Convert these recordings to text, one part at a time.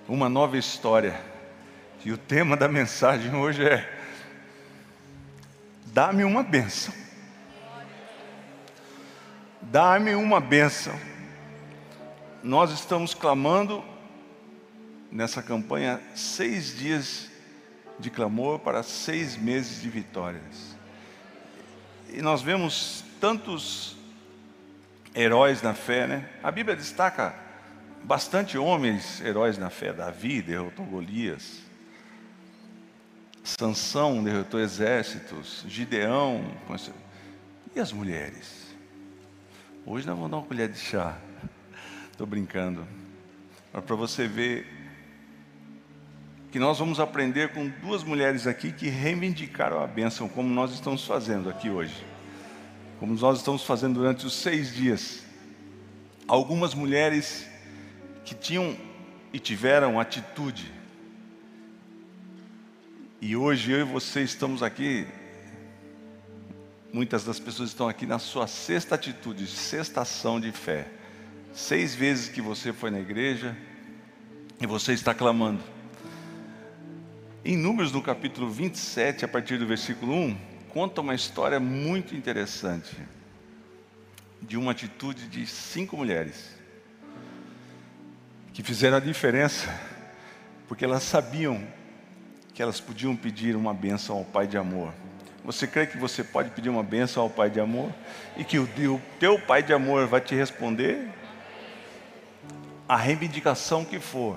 uma nova história. E o tema da mensagem hoje é: dá-me uma bênção. Dá-me uma bênção. Nós estamos clamando nessa campanha 6 dias de clamor para 6 meses de vitórias. E nós vemos tantos heróis na fé, né? A Bíblia destaca bastante homens heróis na fé. Davi derrotou Golias, Sansão derrotou exércitos, Gideão. E as mulheres? Hoje nós vamos dar uma colher de chá. Estou brincando. Mas para você ver que nós vamos aprender com 2 mulheres aqui que reivindicaram a bênção, como nós estamos fazendo aqui hoje. Como nós estamos fazendo durante os 6 dias. Algumas mulheres que tinham e tiveram atitude. E hoje eu e você estamos aqui, muitas das pessoas estão aqui na sua 6ª atitude, 6ª ação de fé. 6 vezes que você foi na igreja e você está clamando. Em Números, no capítulo 27, a partir do versículo 1, conta uma história muito interessante de uma atitude de 5 mulheres que fizeram a diferença, porque elas sabiam que elas podiam pedir uma bênção ao Pai de amor. Você crê que você pode pedir uma bênção ao Pai de amor e que o teu Pai de amor vai te responder a reivindicação que for?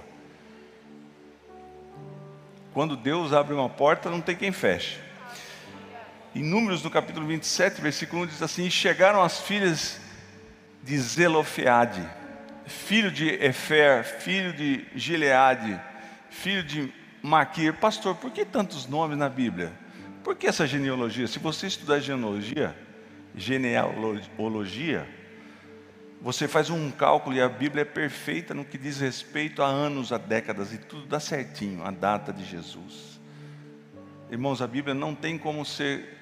Quando Deus abre uma porta, não tem quem feche. Em Números, no capítulo 27, versículo 1, diz assim: e chegaram as filhas de Zelofeade, filho de Efer, filho de Gileade, filho de Maquir. Pastor, por que tantos nomes na Bíblia? Por que essa genealogia? Se você estudar genealogia, você faz um cálculo e a Bíblia é perfeita no que diz respeito a anos, a décadas, e tudo dá certinho, a data de Jesus. Irmãos, a Bíblia não tem como ser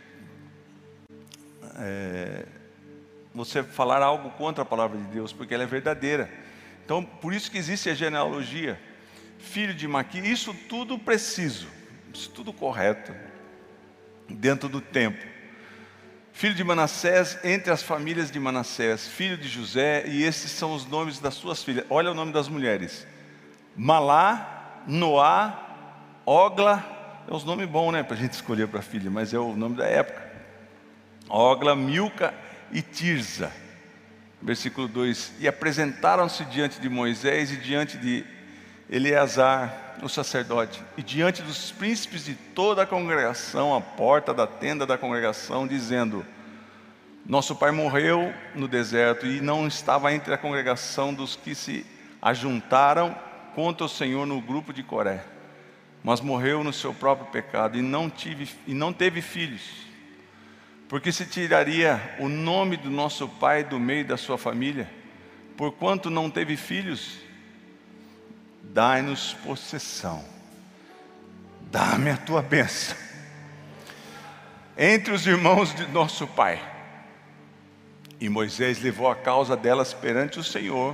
você falar algo contra a palavra de Deus, porque ela é verdadeira. Então, por isso que existe a genealogia. Filho de Maquir, isso tudo preciso, isso tudo correto, dentro do tempo. Filho de Manassés, entre as famílias de Manassés, filho de José, e esses são os nomes das suas filhas. Olha o nome das mulheres: Malá, Noá, Ogla. É uns nomes bons, né, para a gente escolher para a filha, mas é o nome da época. Ogla, Milca e Tirza. Versículo 2: e apresentaram-se diante de Moisés e diante de Eleazar, o sacerdote, e diante dos príncipes de toda a congregação, à porta da tenda da congregação, dizendo: nosso pai morreu no deserto e não estava entre a congregação dos que se ajuntaram contra o Senhor no grupo de Coré, mas morreu no seu próprio pecado e não teve filhos. Porque se tiraria o nome do nosso pai do meio da sua família, porquanto não teve filhos? Dai-nos possessão, dá-me a tua bênção entre os irmãos de nosso pai. E Moisés levou a causa delas perante o Senhor.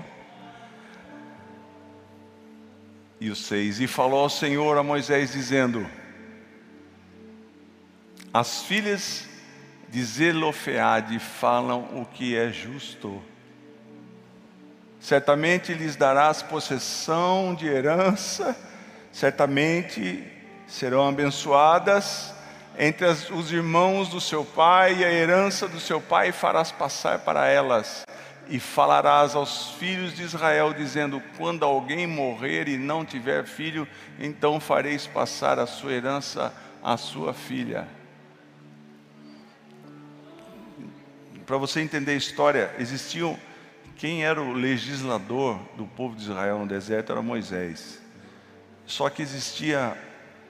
E o 6: e falou ao Senhor a Moisés, dizendo: as filhas de Zelofeade falam o que é justo. Certamente lhes darás possessão de herança, certamente serão abençoadas entre os irmãos do seu pai, e a herança do seu pai farás passar para elas. E falarás aos filhos de Israel, dizendo: quando alguém morrer e não tiver filho, então fareis passar a sua herança à sua filha. Para você entender a história, quem era o legislador do povo de Israel no deserto era Moisés. Só que existia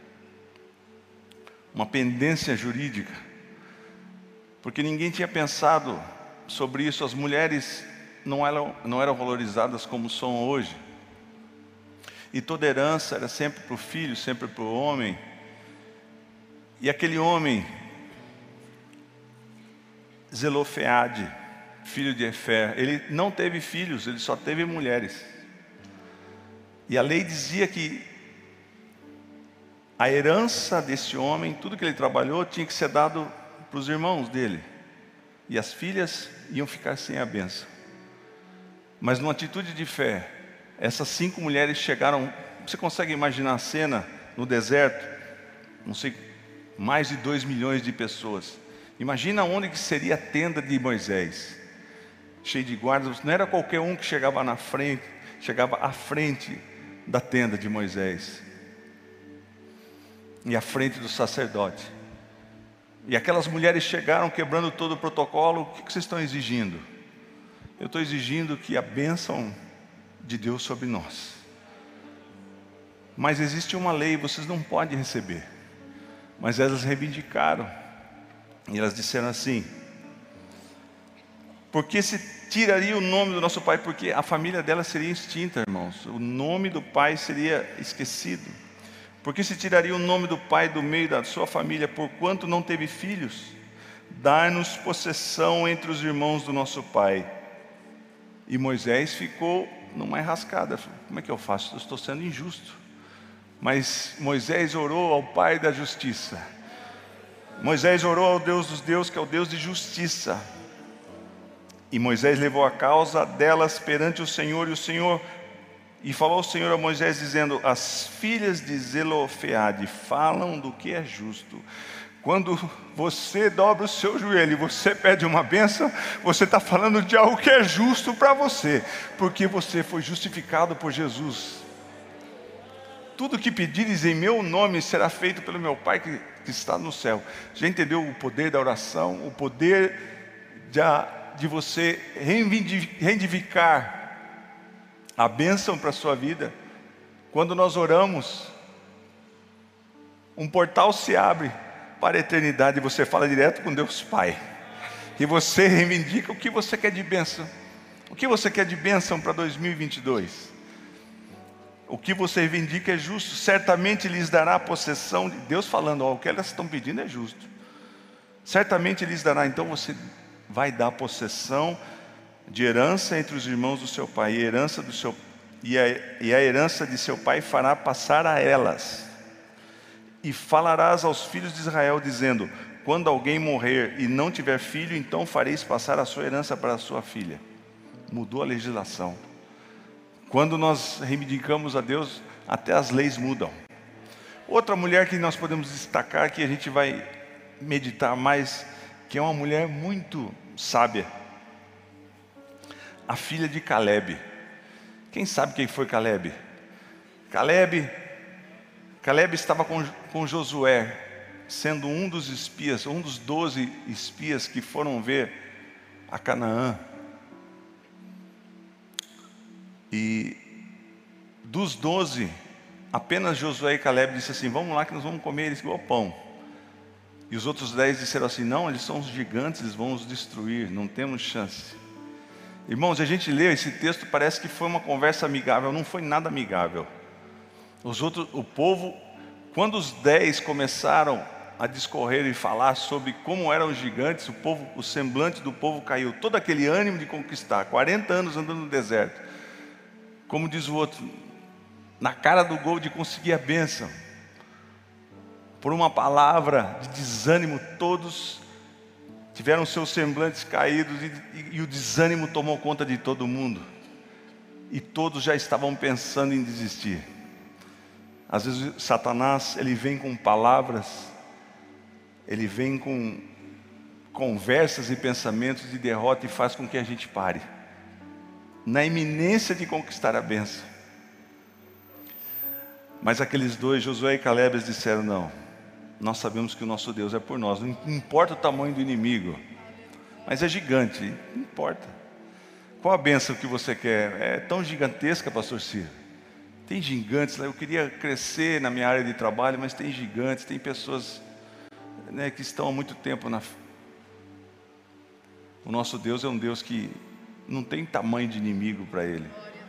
uma pendência jurídica, porque ninguém tinha pensado sobre isso. As mulheres não eram valorizadas como são hoje, e toda herança era sempre para o filho, sempre para o homem. E aquele homem, Zelofeade, filho de Efer, ele não teve filhos, ele só teve mulheres. E a lei dizia que a herança desse homem, tudo que ele trabalhou, tinha que ser dado para os irmãos dele. E as filhas iam ficar sem a bênção. Mas numa atitude de fé, essas 5 mulheres chegaram. Você consegue imaginar a cena no deserto? Não sei, mais de 2 milhões de pessoas. Imagina onde que seria a tenda de Moisés, cheio de guardas. Não era qualquer um que chegava na frente, chegava à frente da tenda de Moisés e à frente do sacerdote. E aquelas mulheres chegaram quebrando todo o protocolo. O que vocês estão exigindo? Eu estou exigindo que a bênção de Deus sobre nós. Mas existe uma lei, vocês não podem receber. Mas elas reivindicaram. E elas disseram assim: porque se tiraria o nome do nosso pai? Porque a família dela seria extinta, irmãos. O nome do pai seria esquecido. Porque se tiraria o nome do pai do meio da sua família, porquanto não teve filhos? Dá-nos possessão entre os irmãos do nosso pai. E Moisés ficou numa enrascada. Como é que eu faço? Eu estou sendo injusto. Mas Moisés orou ao Pai da justiça. Moisés orou ao Deus dos deuses, que é o Deus de justiça. E Moisés levou a causa delas perante o Senhor. E falou o Senhor a Moisés dizendo: as filhas de Zelofeade falam do que é justo. Quando você dobra o seu joelho e você pede uma bênção, você está falando de algo que é justo para você, porque você foi justificado por Jesus. Tudo que pedires em meu nome será feito pelo meu Pai que está no céu. Já entendeu o poder da oração? O poder de você reivindicar a bênção para a sua vida. Quando nós oramos, um portal se abre para a eternidade, e você fala direto com Deus Pai, e você reivindica o que você quer de bênção. O que você quer de bênção para 2022? O que você reivindica é justo. Certamente lhes dará a possessão. Deus falando: ó, o que elas estão pedindo é justo. Certamente lhes dará. Então você vai dar possessão de herança entre os irmãos do seu pai, e a herança de seu pai fará passar a elas. E falarás aos filhos de Israel, dizendo: quando alguém morrer e não tiver filho, então fareis passar a sua herança para a sua filha. Mudou a legislação. Quando nós reivindicamos a Deus, até as leis mudam. Outra mulher que nós podemos destacar, que a gente vai meditar mais, que é uma mulher muito sábia, a filha de Caleb. Quem sabe quem foi Caleb? Caleb estava com Josué, sendo um dos espias, um dos 12 espias que foram ver a Canaã. E dos 12, apenas Josué e Caleb disseram assim: vamos lá que nós vamos comer eles igual pão. E os outros 10 disseram assim: não, eles são os gigantes, eles vão nos destruir, não temos chance. Irmãos, a gente lê esse texto, parece que foi uma conversa amigável. Não foi nada amigável. O povo, quando os 10 começaram a discorrer e falar sobre como eram os gigantes, o semblante do povo caiu. Todo aquele ânimo de conquistar, 40 anos andando no deserto, como diz o outro, na cara do gol de conseguir a bênção, por uma palavra de desânimo, todos tiveram seus semblantes caídos, e o desânimo tomou conta de todo mundo, e todos já estavam pensando em desistir. Às vezes Satanás, ele vem com palavras, ele vem com conversas e pensamentos de derrota, e faz com que a gente pare na iminência de conquistar a bênção. Mas aqueles 2, Josué e Caleb, eles disseram: não, nós sabemos que o nosso Deus é por nós. Não importa o tamanho do inimigo, mas é gigante, não importa. Qual a bênção que você quer? É tão gigantesca, pastor Ciro. Tem gigantes lá. Eu queria crescer na minha área de trabalho, mas tem gigantes, tem pessoas, né, que estão há muito tempo O nosso Deus é um Deus que não tem tamanho de inimigo para Ele.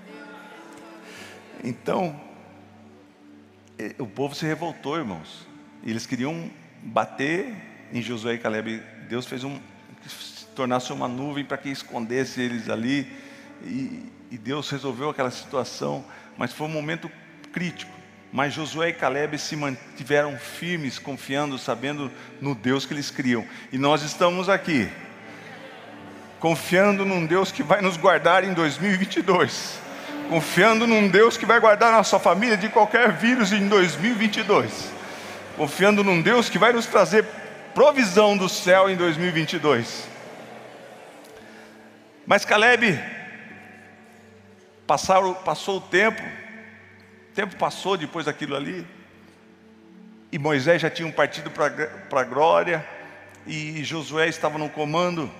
Então, o povo se revoltou, irmãos. Eles queriam bater em Josué e Caleb. Deus fez que se tornasse uma nuvem para que escondesse eles ali. E Deus resolveu aquela situação. mas foi um momento crítico. Mas Josué e Caleb se mantiveram firmes, confiando, sabendo no Deus que eles criam. E nós estamos aqui, confiando num Deus que vai nos guardar em 2022. Confiando num Deus que vai guardar nossa família de qualquer vírus em 2022. Confiando num Deus que vai nos trazer provisão do céu em 2022. Mas Caleb, passou o tempo passou depois daquilo ali, e Moisés já tinha partido para a glória, e Josué estava no comando,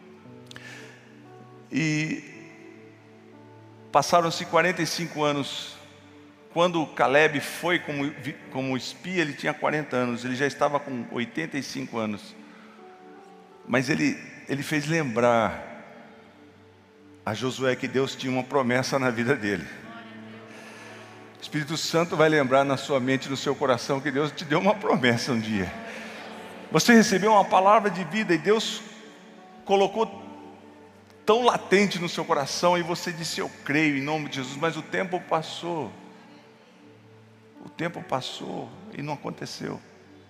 e passaram-se 45 anos, quando Caleb foi como espia, ele tinha 40 anos, ele já estava com 85 anos, mas ele fez lembrar a Josué que Deus tinha uma promessa na vida dele. O Espírito Santo vai lembrar na sua mente, no seu coração, que Deus te deu uma promessa um dia. Você recebeu uma palavra de vida e Deus colocou tão latente no seu coração, e você disse: eu creio em nome de Jesus, mas o tempo passou. O tempo passou e não aconteceu.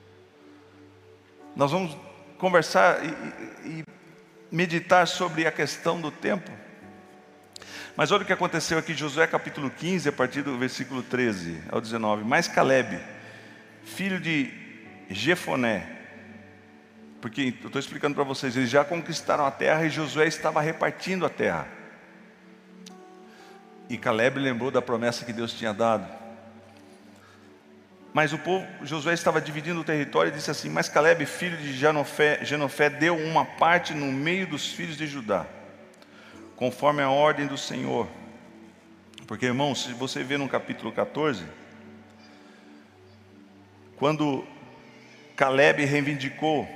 Nós vamos conversar e meditar sobre a questão do tempo. Mas olha o que aconteceu aqui, Josué capítulo 15, a partir do versículo 13 ao 19. Mas Caleb, filho de Jefoné, porque eu estou explicando para vocês, eles já conquistaram a terra e Josué estava repartindo a terra. E Caleb lembrou da promessa que Deus tinha dado. Mas Josué estava dividindo o território e disse assim: mas Caleb, filho de Jenofé, deu uma parte no meio dos filhos de Judá, conforme a ordem do Senhor. Porque, irmãos, se você vê no capítulo 14, quando Caleb reivindicou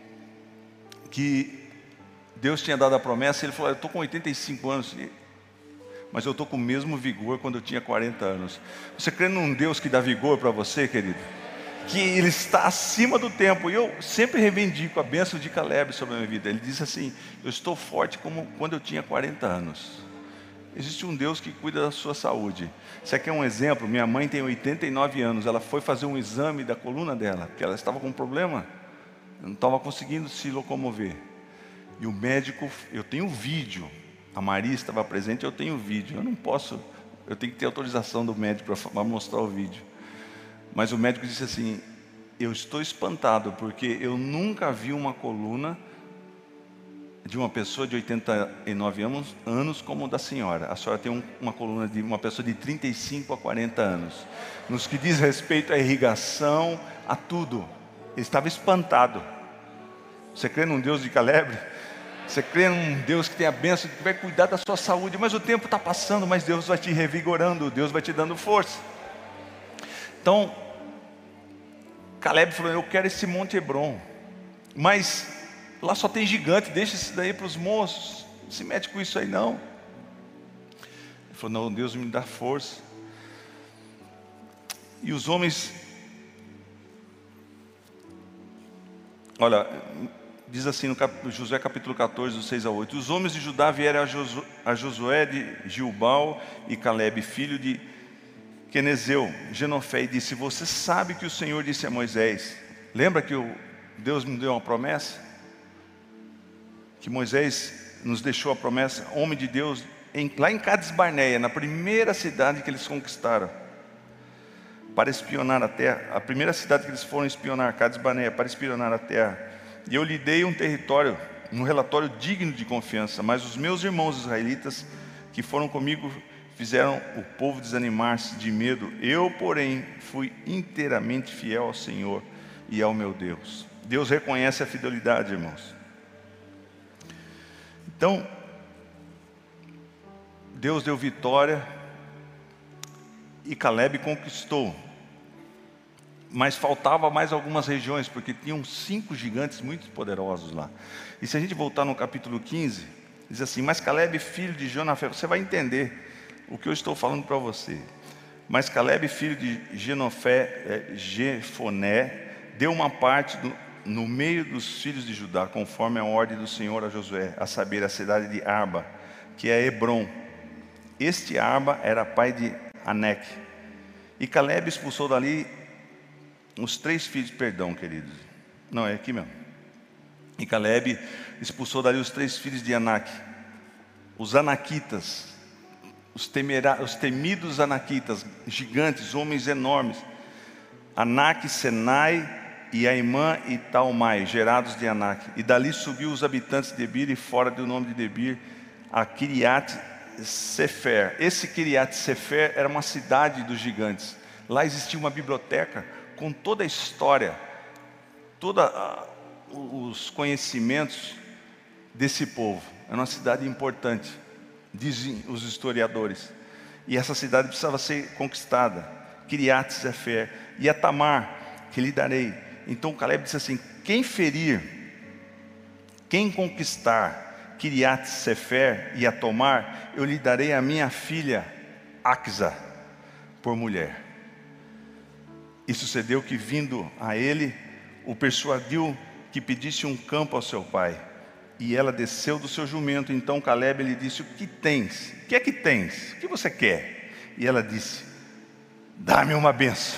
que Deus tinha dado a promessa, ele falou: eu estou com 85 anos, mas eu estou com o mesmo vigor quando eu tinha 40 anos. Você crê num Deus que dá vigor para você, querido? Que Ele está acima do tempo. E eu sempre reivindico a bênção de Caleb sobre a minha vida. Ele disse assim: eu estou forte como quando eu tinha 40 anos. Existe um Deus que cuida da sua saúde. Isso aqui é um exemplo. Minha mãe tem 89 anos. Ela foi fazer um exame da coluna dela, porque ela estava com um problema, não estava conseguindo se locomover. E o médico, eu tenho vídeo, a Maria estava presente, eu tenho vídeo. Eu não posso, eu tenho que ter autorização do médico para mostrar o vídeo. Mas o médico disse assim: eu estou espantado, porque eu nunca vi uma coluna de uma pessoa de 89 anos como da senhora. A senhora tem uma coluna de uma pessoa de 35 a 40 anos. Nos que diz respeito à irrigação, a tudo. Ele estava espantado. Você crê num Deus de Caleb? Você crê num Deus que tem a bênção, que vai cuidar da sua saúde? Mas o tempo está passando, mas Deus vai te revigorando, Deus vai te dando força. Então, Caleb falou: eu quero esse Monte Hebron, mas lá só tem gigante, deixa isso daí para os moços, não se mete com isso aí não. Ele falou: não, Deus me dá força. E os homens, olha, diz assim no Josué capítulo 14, do 6 a 8: os homens de Judá vieram a Josué de Gilgal e Caleb, filho de Quenezeu, Jenofé, e disse: você sabe que o Senhor disse a Moisés, lembra que Deus me deu uma promessa? Que Moisés nos deixou a promessa, homem de Deus, lá em Cades Barneia, na primeira cidade que eles conquistaram, para espionar a terra. A primeira cidade que eles foram espionar, Cades Barneia, para espionar a terra. E eu lhe dei um território, um relatório digno de confiança, mas os meus irmãos israelitas que foram comigo fizeram o povo desanimar-se de medo. Eu, porém, fui inteiramente fiel ao Senhor e ao meu Deus. Deus reconhece a fidelidade, irmãos. Então, Deus deu vitória e Caleb conquistou. Mas faltava mais algumas regiões, porque tinham 5 gigantes muito poderosos lá. E se a gente voltar no capítulo 15, diz assim: mas Caleb, filho de Jonafé, você vai entender o que eu estou falando para você. Mas Caleb, filho de Jefoné, deu uma parte no meio dos filhos de Judá, conforme a ordem do Senhor a Josué, a saber, a cidade de Arba, que é Hebron. Este Arba era pai de Aneque. E Caleb expulsou dali os 3 filhos, perdão, queridos. Não, é aqui mesmo. E Caleb expulsou dali os 3 filhos de Anak, os anaquitas, os temidos anaquitas, gigantes, homens enormes. Anak, Senai e Aimã e Talmai, gerados de Anak. E dali subiu os habitantes de Debir, e fora do nome de Debir, a Kiriat Sefer. Esse Kiriat Sefer era uma cidade dos gigantes. Lá existia uma biblioteca com toda a história, todos os conhecimentos desse povo. Era uma cidade importante, dizem os historiadores. E essa cidade precisava ser conquistada. Kiriat Sefer. E a Tamar, que lhe darei. Então Caleb disse assim: quem ferir, quem conquistar Kiriat Sefer e a tomar, eu lhe darei a minha filha Axa por mulher. E sucedeu que, vindo a ele, o persuadiu que pedisse um campo ao seu pai. E ela desceu do seu jumento. Então Caleb lhe disse: o que tens? O que é que tens? O que você quer? E ela disse: dá-me uma bênção,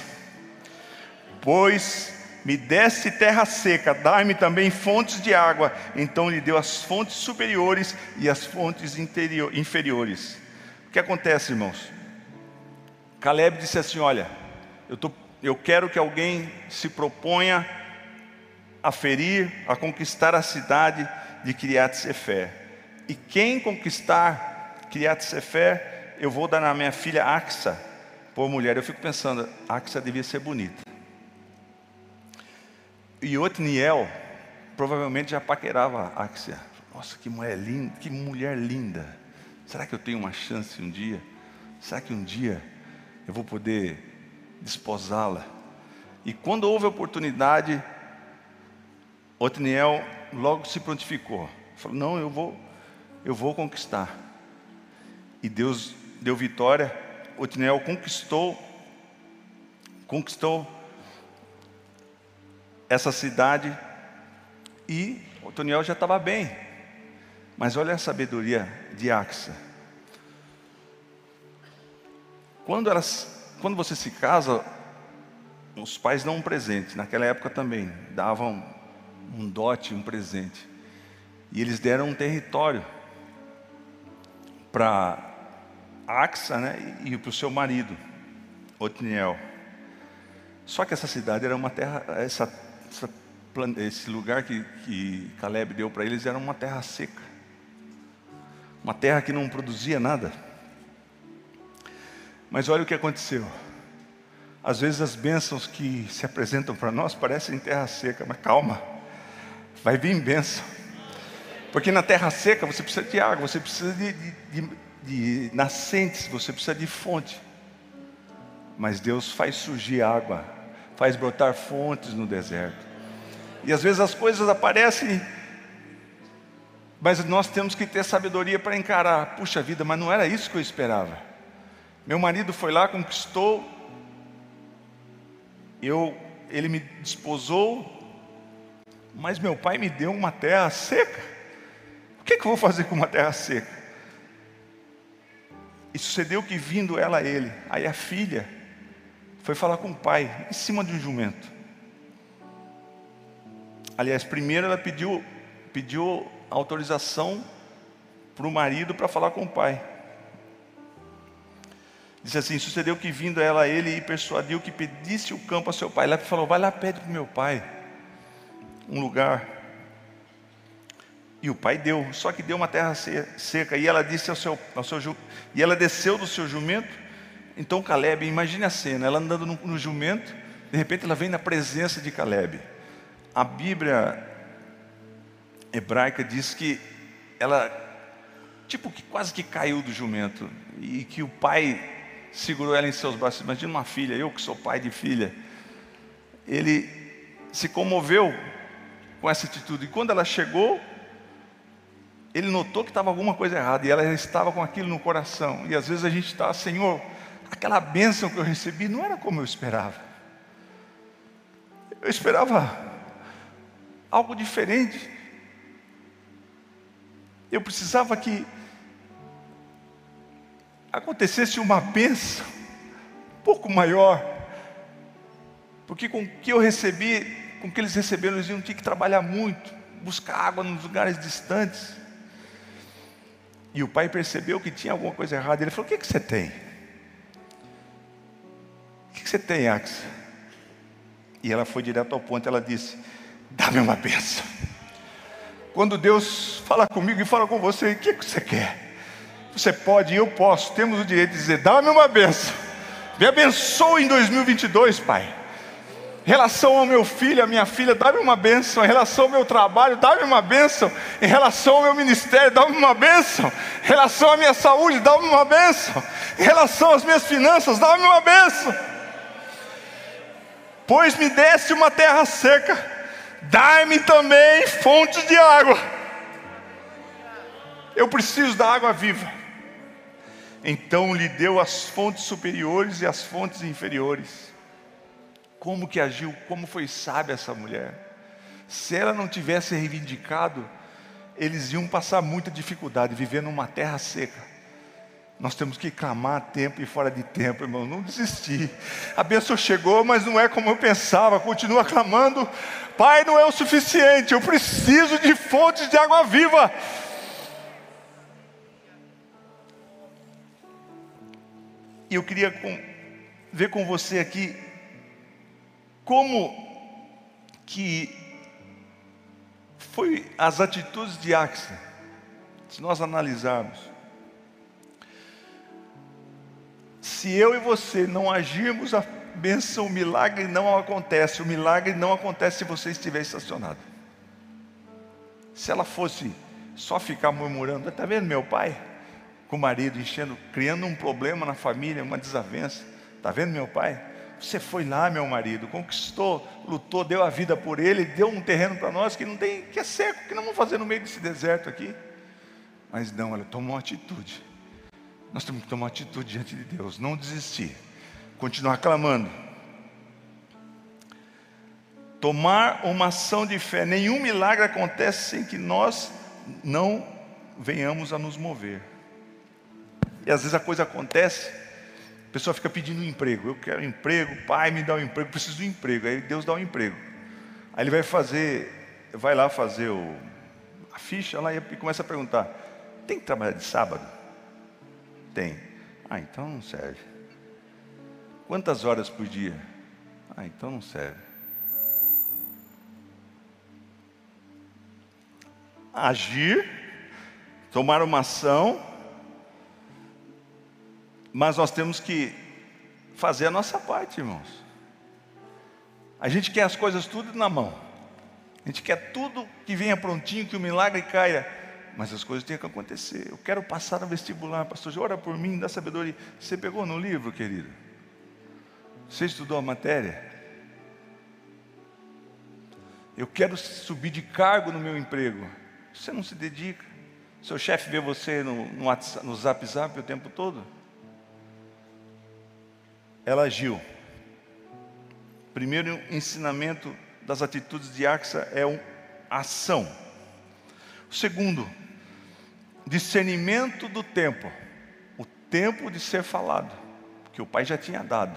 pois me deste terra seca, dá-me também fontes de água. Então lhe deu as fontes superiores e as fontes inferiores. O que acontece, irmãos? Caleb disse assim: olha, eu quero que alguém se proponha a ferir, a conquistar a cidade de Kiriat Sefer. E quem conquistar Kiriat Sefer, eu vou dar na minha filha Axa por mulher. Eu fico pensando, Axa devia ser bonita. E Otniel provavelmente já paquerava Axa. Nossa, que mulher linda. Será que eu tenho uma chance um dia? Será que um dia eu vou poder desposá-la? E quando houve a oportunidade, Otniel logo se prontificou. Falou: não, eu vou conquistar. E Deus deu vitória. Otniel conquistou essa cidade. E Otniel já estava bem. Mas olha a sabedoria de Axa. Quando você se casa, os pais dão um presente. Naquela época também davam um dote, um presente. E eles deram um território para Axa, né, e para o seu marido, Otniel. Só que essa cidade era uma terra, esse lugar que Caleb deu para eles era uma terra seca. Uma terra que não produzia nada. Mas olha o que aconteceu. Às vezes as bênçãos que se apresentam para nós parecem terra seca, mas calma, vai vir bênção. Porque na terra seca você precisa de água, você precisa de nascentes, você precisa de fonte. Mas Deus faz surgir água, faz brotar fontes no deserto. E às vezes as coisas aparecem, mas nós temos que ter sabedoria para encarar. Puxa vida, mas não era isso que eu esperava. Meu marido foi lá, conquistou, ele me desposou, mas meu pai me deu uma terra seca. O que eu vou fazer com uma terra seca? E sucedeu que, vindo ela a ele, aí a filha foi falar com o pai, em cima de um jumento. Aliás, primeiro ela pediu autorização para o marido para falar com o pai. Diz assim: sucedeu que, vindo ela a ele, e persuadiu que pedisse o campo a seu pai. Ela falou: vai lá, pede para o meu pai um lugar. E o pai deu, só que deu uma terra seca. E ela disse e ela desceu do seu jumento. Então Caleb, imagine a cena, ela andando no jumento, de repente ela vem na presença de Caleb. A Bíblia hebraica diz que ela, que quase que caiu do jumento, e que o pai segurou ela em seus braços. Imagina uma filha, eu que sou pai de filha. Ele se comoveu com essa atitude. E quando ela chegou, ele notou que estava alguma coisa errada, e ela já estava com aquilo no coração. E às vezes a gente está: Senhor, aquela bênção que eu recebi não era como eu esperava. Eu esperava algo diferente. Eu precisava que acontecesse uma bênção pouco maior, porque com o que eu recebi, com o que eles receberam, eles iam ter que trabalhar muito, buscar água nos lugares distantes. E o pai percebeu que tinha alguma coisa errada. Ele falou: o que você tem? O que você tem, Axa? E ela foi direto ao ponto. Ela disse: dá-me uma bênção. Quando Deus fala comigo e fala com você, o que você quer? Você pode e eu posso, temos o direito de dizer: dá-me uma bênção. Me abençoe em 2022, Pai. Em relação ao meu filho, à minha filha, dá-me uma bênção. Em relação ao meu trabalho, dá-me uma bênção. Em relação ao meu ministério, dá-me uma bênção. Em relação à minha saúde, dá-me uma bênção. Em relação às minhas finanças, dá-me uma bênção. Pois me deste uma terra seca, dai-me também fontes de água. Eu preciso da água viva. Então lhe deu as fontes superiores e as fontes inferiores. Como que agiu, como foi sábia essa mulher. Se ela não tivesse reivindicado, eles iam passar muita dificuldade, viver numa terra seca. Nós temos que clamar a tempo e fora de tempo, irmão, não desistir. A bênção chegou, mas não é como eu pensava. Continua clamando: Pai, não é o suficiente, eu preciso de fontes de água viva. E eu queria ver com você aqui como que foi as atitudes de Axa. Se nós analisarmos, se eu e você não agirmos, a bênção, o milagre não acontece. O milagre não acontece se você estiver estacionado. Se ela fosse só ficar murmurando: está vendo meu pai? Com o marido enchendo, criando um problema na família, uma desavença. Está vendo meu pai? Você foi lá, meu marido, conquistou, lutou, deu a vida por ele, deu um terreno para nós que não tem, que é seco, que não vamos fazer no meio desse deserto aqui. Mas não, ela tomou uma atitude. Nós temos que tomar uma atitude diante de Deus, não desistir, continuar clamando, tomar uma ação de fé. Nenhum milagre acontece sem que nós não venhamos a nos mover. E às vezes a coisa acontece, a pessoa fica pedindo um emprego. Eu quero um emprego, pai, me dá um emprego, preciso de um emprego. Aí Deus dá um emprego. Aí ele vai lá fazer a ficha lá e começa a perguntar: tem que trabalhar de sábado? Tem. Ah, então não serve. Quantas horas por dia? Ah, então não serve. Agir, tomar uma ação, mas nós temos que fazer a nossa parte, irmãos. A gente quer as coisas tudo na mão. A gente quer tudo que venha prontinho, que o milagre caia. Mas as coisas têm que acontecer. Eu quero passar no vestibular, pastor, ora por mim, dá sabedoria. Você pegou no livro, querido? Você estudou a matéria? Eu quero subir de cargo no meu emprego. Você não se dedica. Seu chefe vê você no zap o tempo todo. Ela agiu. Primeiro ensinamento das atitudes de Axa é ação. O segundo, discernimento do tempo. O tempo de ser falado, que o Pai já tinha dado.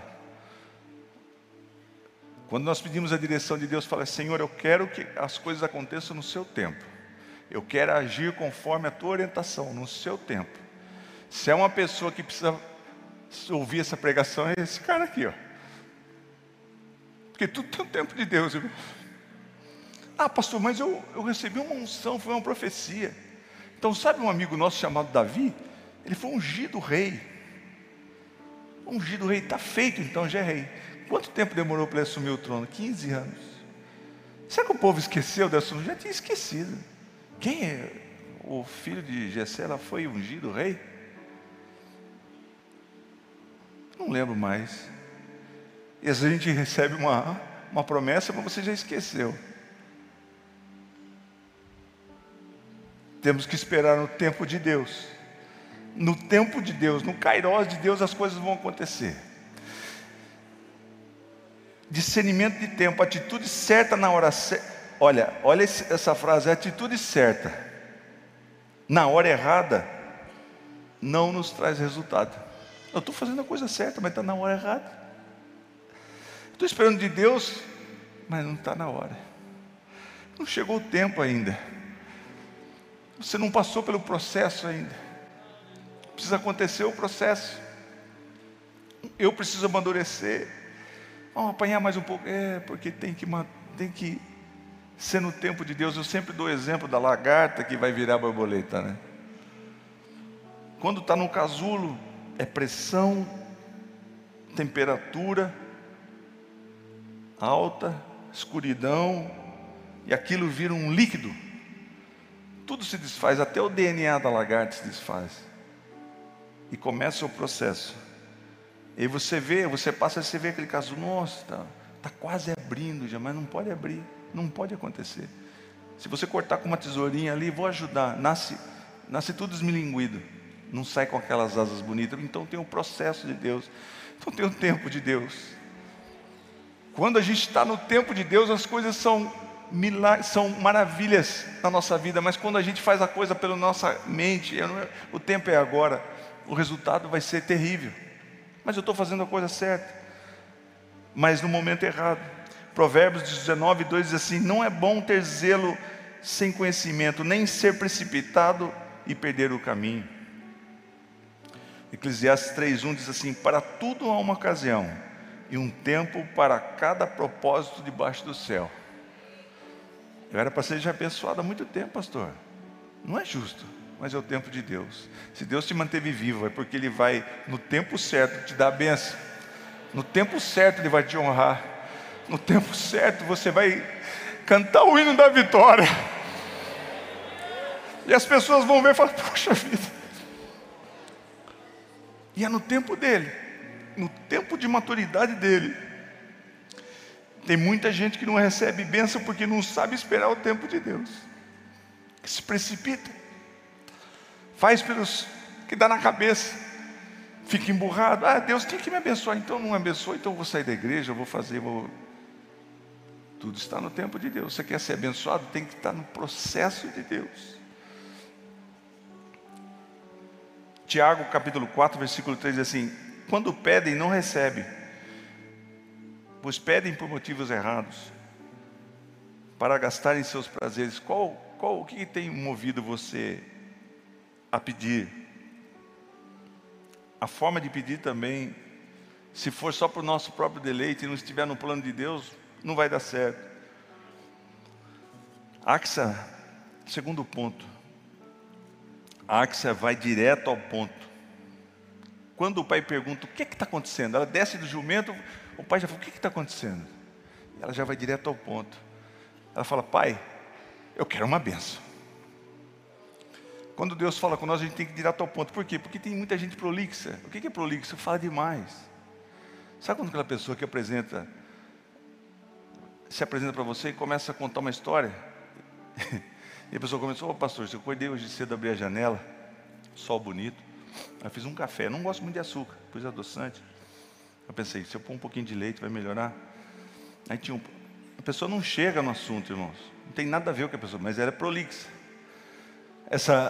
Quando nós pedimos a direção de Deus, fala: Senhor, eu quero que as coisas aconteçam no seu tempo. Eu quero agir conforme a tua orientação, no seu tempo. Se é uma pessoa que precisa ouvir essa pregação, é esse cara aqui, ó. Porque tudo tem o tempo de Deus, irmão. Ah, pastor, mas eu recebi uma unção, foi uma profecia. Então, sabe um amigo nosso chamado Davi? Ele foi ungido rei. Ungido rei, está feito, então já é rei. Quanto tempo demorou para ele assumir o trono? 15 anos. Será que o povo esqueceu dessa? Já tinha esquecido. Quem é o filho de Jessé? Ela foi ungido rei? Não lembro mais. E às vezes a gente recebe uma promessa, mas você já esqueceu. Temos que esperar no tempo de Deus. No tempo de Deus, no kairós de Deus, as coisas vão acontecer. Discernimento de tempo, atitude certa na hora certa. Olha essa frase: atitude certa na hora errada não nos traz resultado. Eu estou fazendo a coisa certa, mas está na hora errada. Estou esperando de Deus, mas não está na hora. Não chegou o tempo ainda. Você não passou pelo processo ainda. Precisa acontecer o processo. Eu preciso amadurecer. Vamos apanhar mais um pouco. Porque tem que ser no tempo de Deus. Eu sempre dou o exemplo da lagarta que vai virar borboleta, né? Quando está no casulo, é pressão, temperatura alta, escuridão, e aquilo vira um líquido. Tudo se desfaz, até o DNA da lagarta se desfaz. E começa o processo. E você passa a ver aquele casulo, nossa, está quase abrindo já, mas não pode abrir, não pode acontecer. Se você cortar com uma tesourinha ali, vou ajudar, nasce tudo esmilinguido, não sai com aquelas asas bonitas. Então tem o processo de Deus, então tem o tempo de Deus. Quando a gente está no tempo de Deus, as coisas são maravilhas na nossa vida, mas quando a gente faz a coisa pela nossa mente, o tempo é agora, o resultado vai ser terrível. Mas eu estou fazendo a coisa certa, mas no momento errado. Provérbios 19:2 diz assim: não é bom ter zelo sem conhecimento, nem ser precipitado e perder o caminho. Eclesiastes 3:1 diz assim: para tudo há uma ocasião, e um tempo para cada propósito debaixo do céu. Eu era para ser já abençoado há muito tempo, pastor. Não é justo, mas é o tempo de Deus. Se Deus te manteve vivo, é porque Ele vai, no tempo certo, te dar a bênção. No tempo certo Ele vai te honrar. No tempo certo você vai cantar o hino da vitória. E as pessoas vão ver e falar: poxa vida. E é no tempo dele, no tempo de maturidade dele. Tem muita gente que não recebe bênção porque não sabe esperar o tempo de Deus, que se precipita, faz pelos que dá na cabeça, fica emburrado. Deus tinha que me abençoar, então não abençoa, então eu vou sair da igreja, eu vou fazer. Tudo está no tempo de Deus. Você quer ser abençoado? Tem que estar no processo de Deus. Tiago capítulo 4, versículo 3 diz assim: quando pedem, não recebem, pois pedem por motivos errados, para gastarem seus prazeres. O que tem movido você a pedir? A forma de pedir também, se for só para o nosso próprio deleite e não estiver no plano de Deus, não vai dar certo. Axa, segundo ponto, a Axa vai direto ao ponto. Quando o pai pergunta: o que está acontecendo? Ela desce do jumento, o pai já fala: o que está acontecendo? Ela já vai direto ao ponto. Ela fala: pai, eu quero uma bênção. Quando Deus fala com nós, a gente tem que ir direto ao ponto. Por quê? Porque tem muita gente prolixa. O que é prolixo? Fala demais. Sabe quando aquela pessoa que se apresenta para você e começa a contar uma história? E a pessoa começou: pastor, eu acordei hoje cedo, abri a janela, sol bonito, eu fiz um café, eu não gosto muito de açúcar, pus adoçante. Eu pensei: se eu pôr um pouquinho de leite vai melhorar. Aí a pessoa não chega no assunto, irmãos, não tem nada a ver com a pessoa, mas ela é prolixa. Essa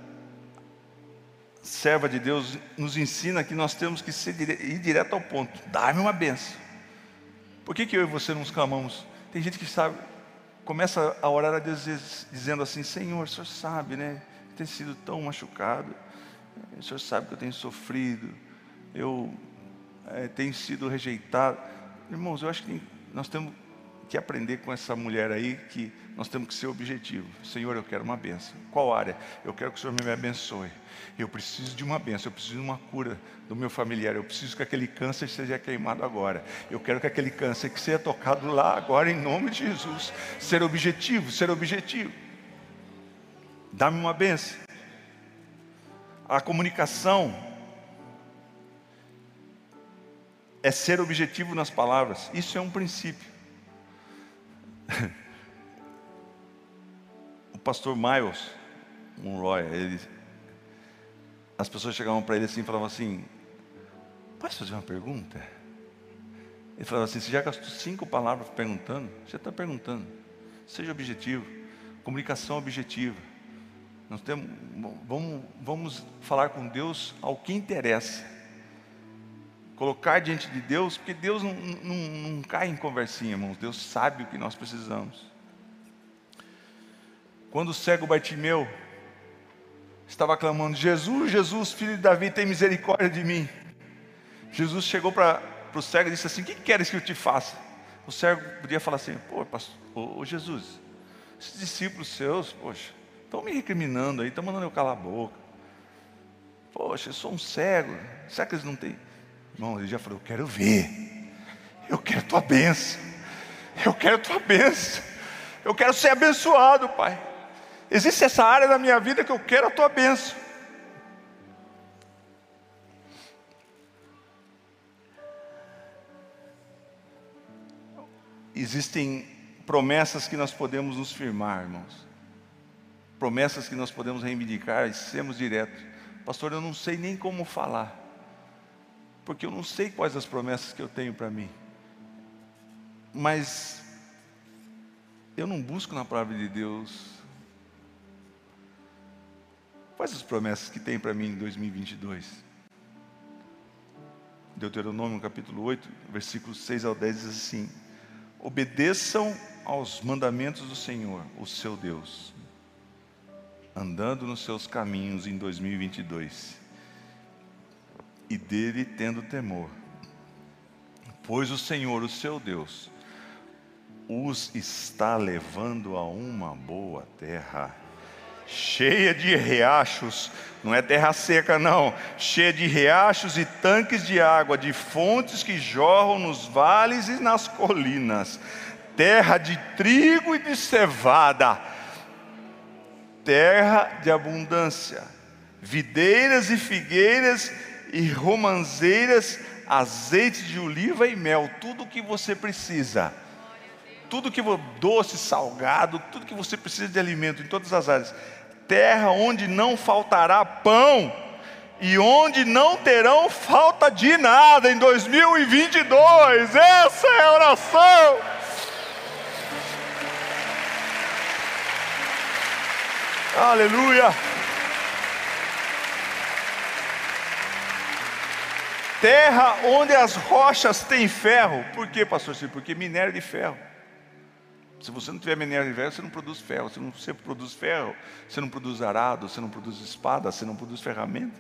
serva de Deus nos ensina que nós temos que ir direto ao ponto. Dá-me uma benção. Por que eu e você não nos clamamos? Tem gente que sabe, começa a orar a Deus dizendo assim: Senhor, o Senhor sabe, né? Eu tenho sido tão machucado, o Senhor sabe que eu tenho sofrido, eu tenho sido rejeitado. Irmãos, eu acho que nós temos que aprender com essa mulher aí, que nós temos que ser objetivo. Senhor, eu quero uma bênção. Qual área? Eu quero que o Senhor me abençoe. Eu preciso de uma bênção, eu preciso de uma cura do meu familiar. Eu preciso que aquele câncer seja queimado agora. Eu quero que aquele câncer que seja tocado lá agora, em nome de Jesus. Ser objetivo, ser objetivo. Dá-me uma bênção. A comunicação é ser objetivo nas palavras. Isso é um princípio. O pastor Miles Monroy, as pessoas chegavam para ele assim e falavam assim: posso fazer uma pergunta? Ele falava assim: você já gastou 5 palavras perguntando? Você está perguntando. Seja objetivo. Comunicação objetiva. Nós temos, vamos falar com Deus ao que interessa. colocar diante de Deus, porque Deus não cai em conversinha, irmãos. Deus sabe o que nós precisamos. Quando o cego Bartimeu estava clamando: Jesus, Jesus, filho de Davi, tem misericórdia de mim. Jesus chegou para o cego e disse assim: o que queres que eu te faça? O cego podia falar assim: pô, pastor, ô Jesus, esses discípulos seus, poxa, estão me recriminando aí, estão mandando eu calar a boca. Poxa, eu sou um cego, será que eles não têm? Irmão, ele já falou: eu quero ver, eu quero tua bênção, eu quero tua bênção, eu quero ser abençoado, Pai. Existe essa área da minha vida que eu quero a tua bênção. Existem promessas que nós podemos nos firmar, irmãos. Promessas que nós podemos reivindicar e sermos diretos. Pastor, eu não sei nem como falar, porque eu não sei quais as promessas que eu tenho para mim. Mas eu não busco na palavra de Deus quais as promessas que tem para mim em 2022. Deuteronômio capítulo 8, versículos 6 ao 10 diz assim: obedeçam aos mandamentos do Senhor, o seu Deus, andando nos seus caminhos em 2022, e dele tendo temor, pois o Senhor, o seu Deus, os está levando a uma boa terra, cheia de riachos, não é terra seca não, cheia de riachos e tanques de água, de fontes que jorram nos vales e nas colinas, terra de trigo e de cevada, terra de abundância, videiras e figueiras e romanzeiras, azeite de oliva e mel, tudo o que você precisa, tudo que doce, salgado, tudo que você precisa de alimento em todas as áreas, terra onde não faltará pão e onde não terão falta de nada em 2022. Essa é a oração. Aleluia. Terra onde as rochas têm ferro. Por quê, pastor? Porque minério de ferro. Se você não tiver minério de ferro, você não produz ferro. Se você produz ferro, você não produz arado, você não produz espada, você não produz ferramenta.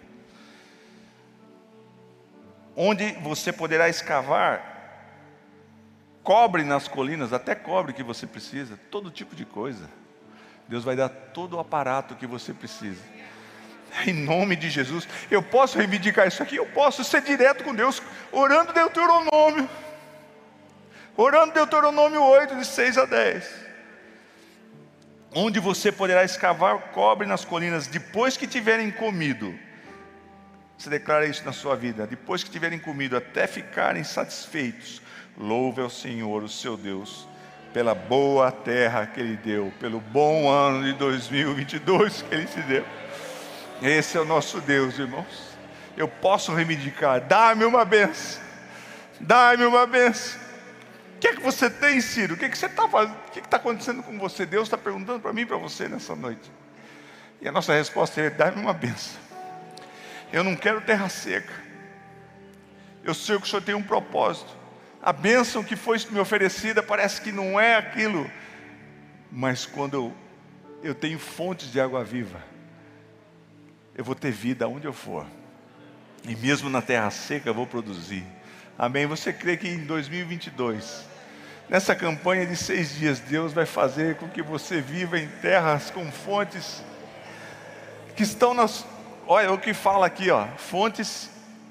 Onde você poderá escavar cobre nas colinas, até cobre que você precisa, todo tipo de coisa. Deus vai dar todo o aparato que você precisa. Em nome de Jesus. Eu posso reivindicar isso aqui? Eu posso ser direto com Deus, orando Deuteronômio. Orando Deuteronômio 8, de 6 a 10. Onde você poderá escavar cobre nas colinas, depois que tiverem comido. Você declara isso na sua vida. Depois que tiverem comido, até ficarem satisfeitos. Louve ao Senhor, o seu Deus, pela boa terra que Ele deu, pelo bom ano de 2022 que Ele te deu. Esse é o nosso Deus, irmãos. Eu posso reivindicar: dá-me uma bênção, dá-me uma bênção. O que é que você tem, Ciro? O que você está fazendo? O que está acontecendo com você? Deus está perguntando para mim e para você nessa noite. E a nossa resposta é: dá-me uma bênção. Eu não quero terra seca. Eu sei que o Senhor tem um propósito. A bênção que foi me oferecida parece que não é aquilo. Mas quando eu tenho fontes de água viva, eu vou ter vida onde eu for. E mesmo na terra seca eu vou produzir. Amém? Você crê que em 2022, nessa campanha de 6 dias, Deus vai fazer com que você viva em terras com fontes que estão nas... Olha o que fala aqui, ó, fontes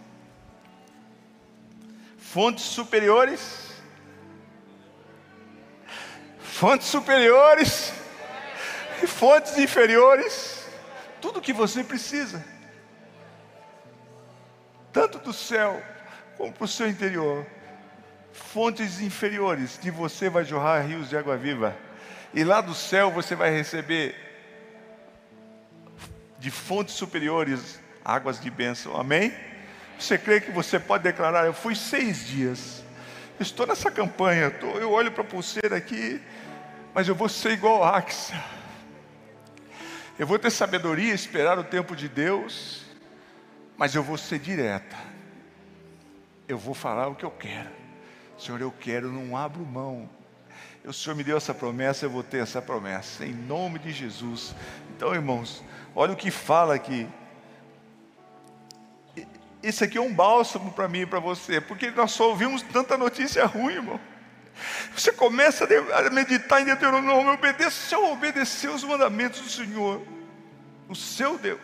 superiores, e fontes inferiores, tudo que você precisa, tanto do céu como para o seu interior. Fontes inferiores, de você vai jorrar rios de água viva, e lá do céu você vai receber de fontes superiores águas de bênção. Amém? Você crê que você pode declarar: eu fui 6 dias, estou nessa campanha, eu olho para a pulseira aqui, mas eu vou ser igual a Axa, eu vou ter sabedoria, esperar o tempo de Deus, mas eu vou ser direta. eu vou falar o que eu quero. Senhor, eu quero, não abro mão. O Senhor me deu essa promessa, eu vou ter essa promessa, em nome de Jesus. Então, irmãos, olha o que fala aqui. Isso aqui é um bálsamo para mim e para você, porque nós só ouvimos tanta notícia ruim, irmão. Você começa a meditar em Deuteronômio, obedeça, obedecer os mandamentos do Senhor, o seu Deus,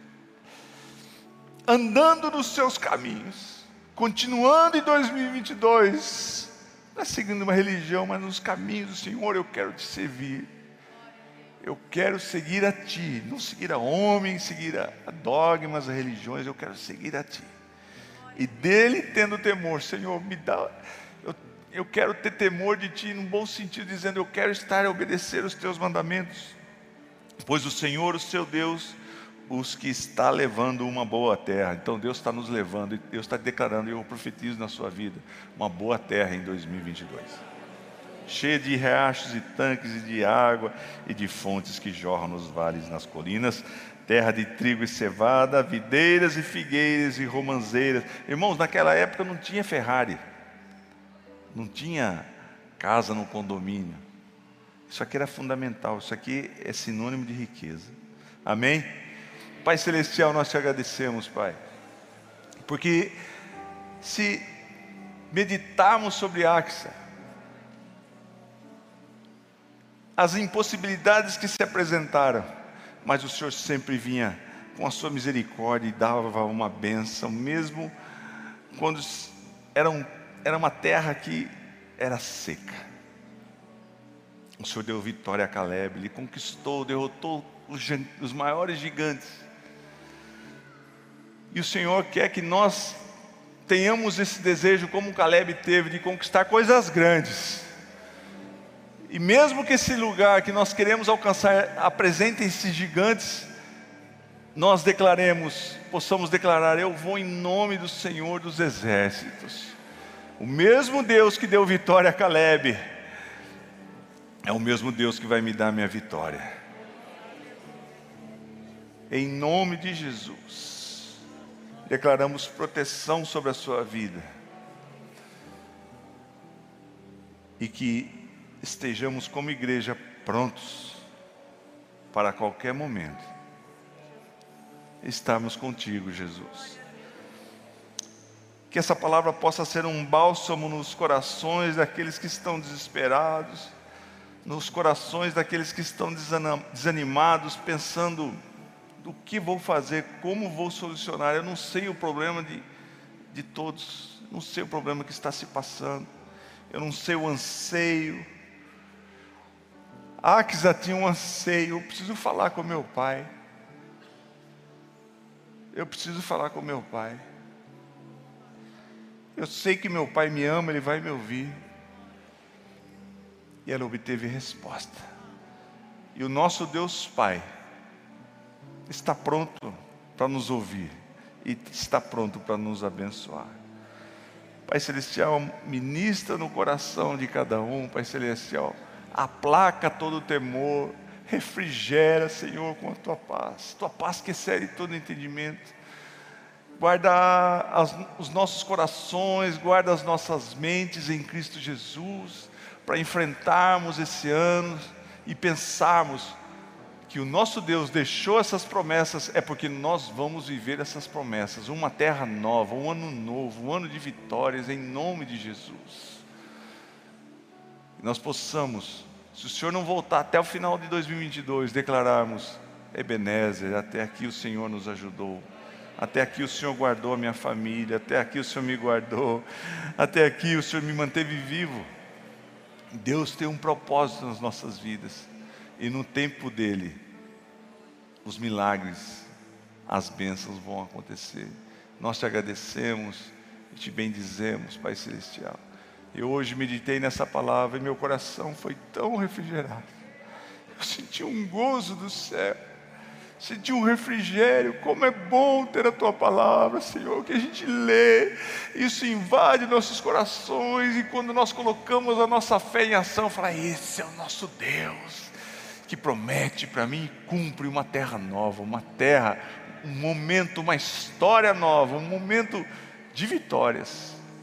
andando nos seus caminhos, continuando em 2022, não é seguindo uma religião, mas nos caminhos do Senhor. Eu quero te servir, eu quero seguir a Ti, não seguir a homens, seguir a dogmas, a religiões. Eu quero seguir a Ti, e dele tendo temor. Senhor, me dá, eu quero ter temor de Ti, num bom sentido, dizendo, eu quero estar a obedecer os Teus mandamentos, pois o Senhor, o seu Deus, os que está levando uma boa terra. Então Deus está nos levando, e Deus está declarando, e eu profetizo na sua vida, uma boa terra em 2022, cheia de riachos e tanques e de água e de fontes que jorram nos vales e nas colinas, terra de trigo e cevada, videiras e figueiras e romanzeiras. Irmãos, naquela época não tinha Ferrari, não tinha casa no condomínio. Isso aqui era fundamental, isso aqui é sinônimo de riqueza. Amém? Pai Celestial, nós te agradecemos, Pai, porque se meditarmos sobre Axa, as impossibilidades que se apresentaram, mas o Senhor sempre vinha com a sua misericórdia e dava uma bênção, mesmo quando era uma terra que era seca. O Senhor deu vitória a Caleb, ele conquistou, derrotou os maiores gigantes. E o Senhor quer que nós tenhamos esse desejo, como Caleb teve, de conquistar coisas grandes. E mesmo que esse lugar que nós queremos alcançar apresente esses gigantes, nós possamos declarar, eu vou em nome do Senhor dos Exércitos. O mesmo Deus que deu vitória a Caleb, é o mesmo Deus que vai me dar a minha vitória. Em nome de Jesus, declaramos proteção sobre a sua vida, e que estejamos como igreja prontos para qualquer momento estarmos contigo, Jesus. Que essa palavra possa ser um bálsamo nos corações daqueles que estão desesperados, nos corações daqueles que estão desanimados, pensando, do que vou fazer, como vou solucionar. Eu não sei o problema de todos, não sei o problema que está se passando, eu não sei o anseio. Axa tinha um anseio, eu preciso falar com meu pai, eu preciso falar com meu pai, eu sei que meu pai me ama, ele vai me ouvir. E ela obteve resposta, e o nosso Deus Pai está pronto para nos ouvir, e está pronto para nos abençoar. Pai Celestial, ministra no coração de cada um. Pai Celestial, aplaca todo o temor, refrigera, Senhor, com a Tua paz que excede todo entendimento. Guarda os nossos corações, guarda as nossas mentes em Cristo Jesus, para enfrentarmos esse ano e pensarmos que o nosso Deus deixou essas promessas, é porque nós vamos viver essas promessas, uma terra nova, um ano novo, um ano de vitórias, em nome de Jesus. E nós possamos, se o Senhor não voltar até o final de 2022, declararmos, Ebenezer, até aqui o Senhor nos ajudou, até aqui o Senhor guardou a minha família, até aqui o Senhor me guardou, até aqui o Senhor me manteve vivo. Deus tem um propósito nas nossas vidas, e no tempo dEle, os milagres, as bênçãos vão acontecer. Nós te agradecemos e te bendizemos, Pai Celestial. Eu hoje meditei nessa palavra e meu coração foi tão refrigerado. Eu senti um gozo do céu, senti um refrigério. Como é bom ter a Tua palavra, Senhor, que a gente lê, isso invade nossos corações, e quando nós colocamos a nossa fé em ação, fala, esse é o nosso Deus, que promete para mim e cumpre uma terra nova, uma terra, um momento, uma história nova, um momento de vitórias.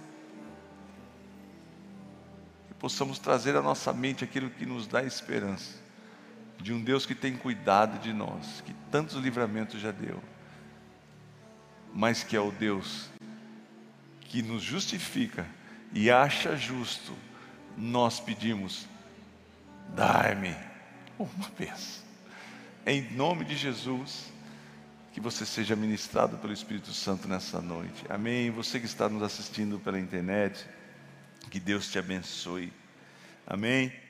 possamos trazer à nossa mente aquilo que nos dá esperança, de um Deus que tem cuidado de nós, que tantos livramentos já deu, mas que é o Deus que nos justifica e acha justo. Nós pedimos: dai-me uma vez. Em nome de Jesus, que você seja ministrado pelo Espírito Santo nessa noite. Amém. Você que está nos assistindo pela internet, que Deus te abençoe. Amém.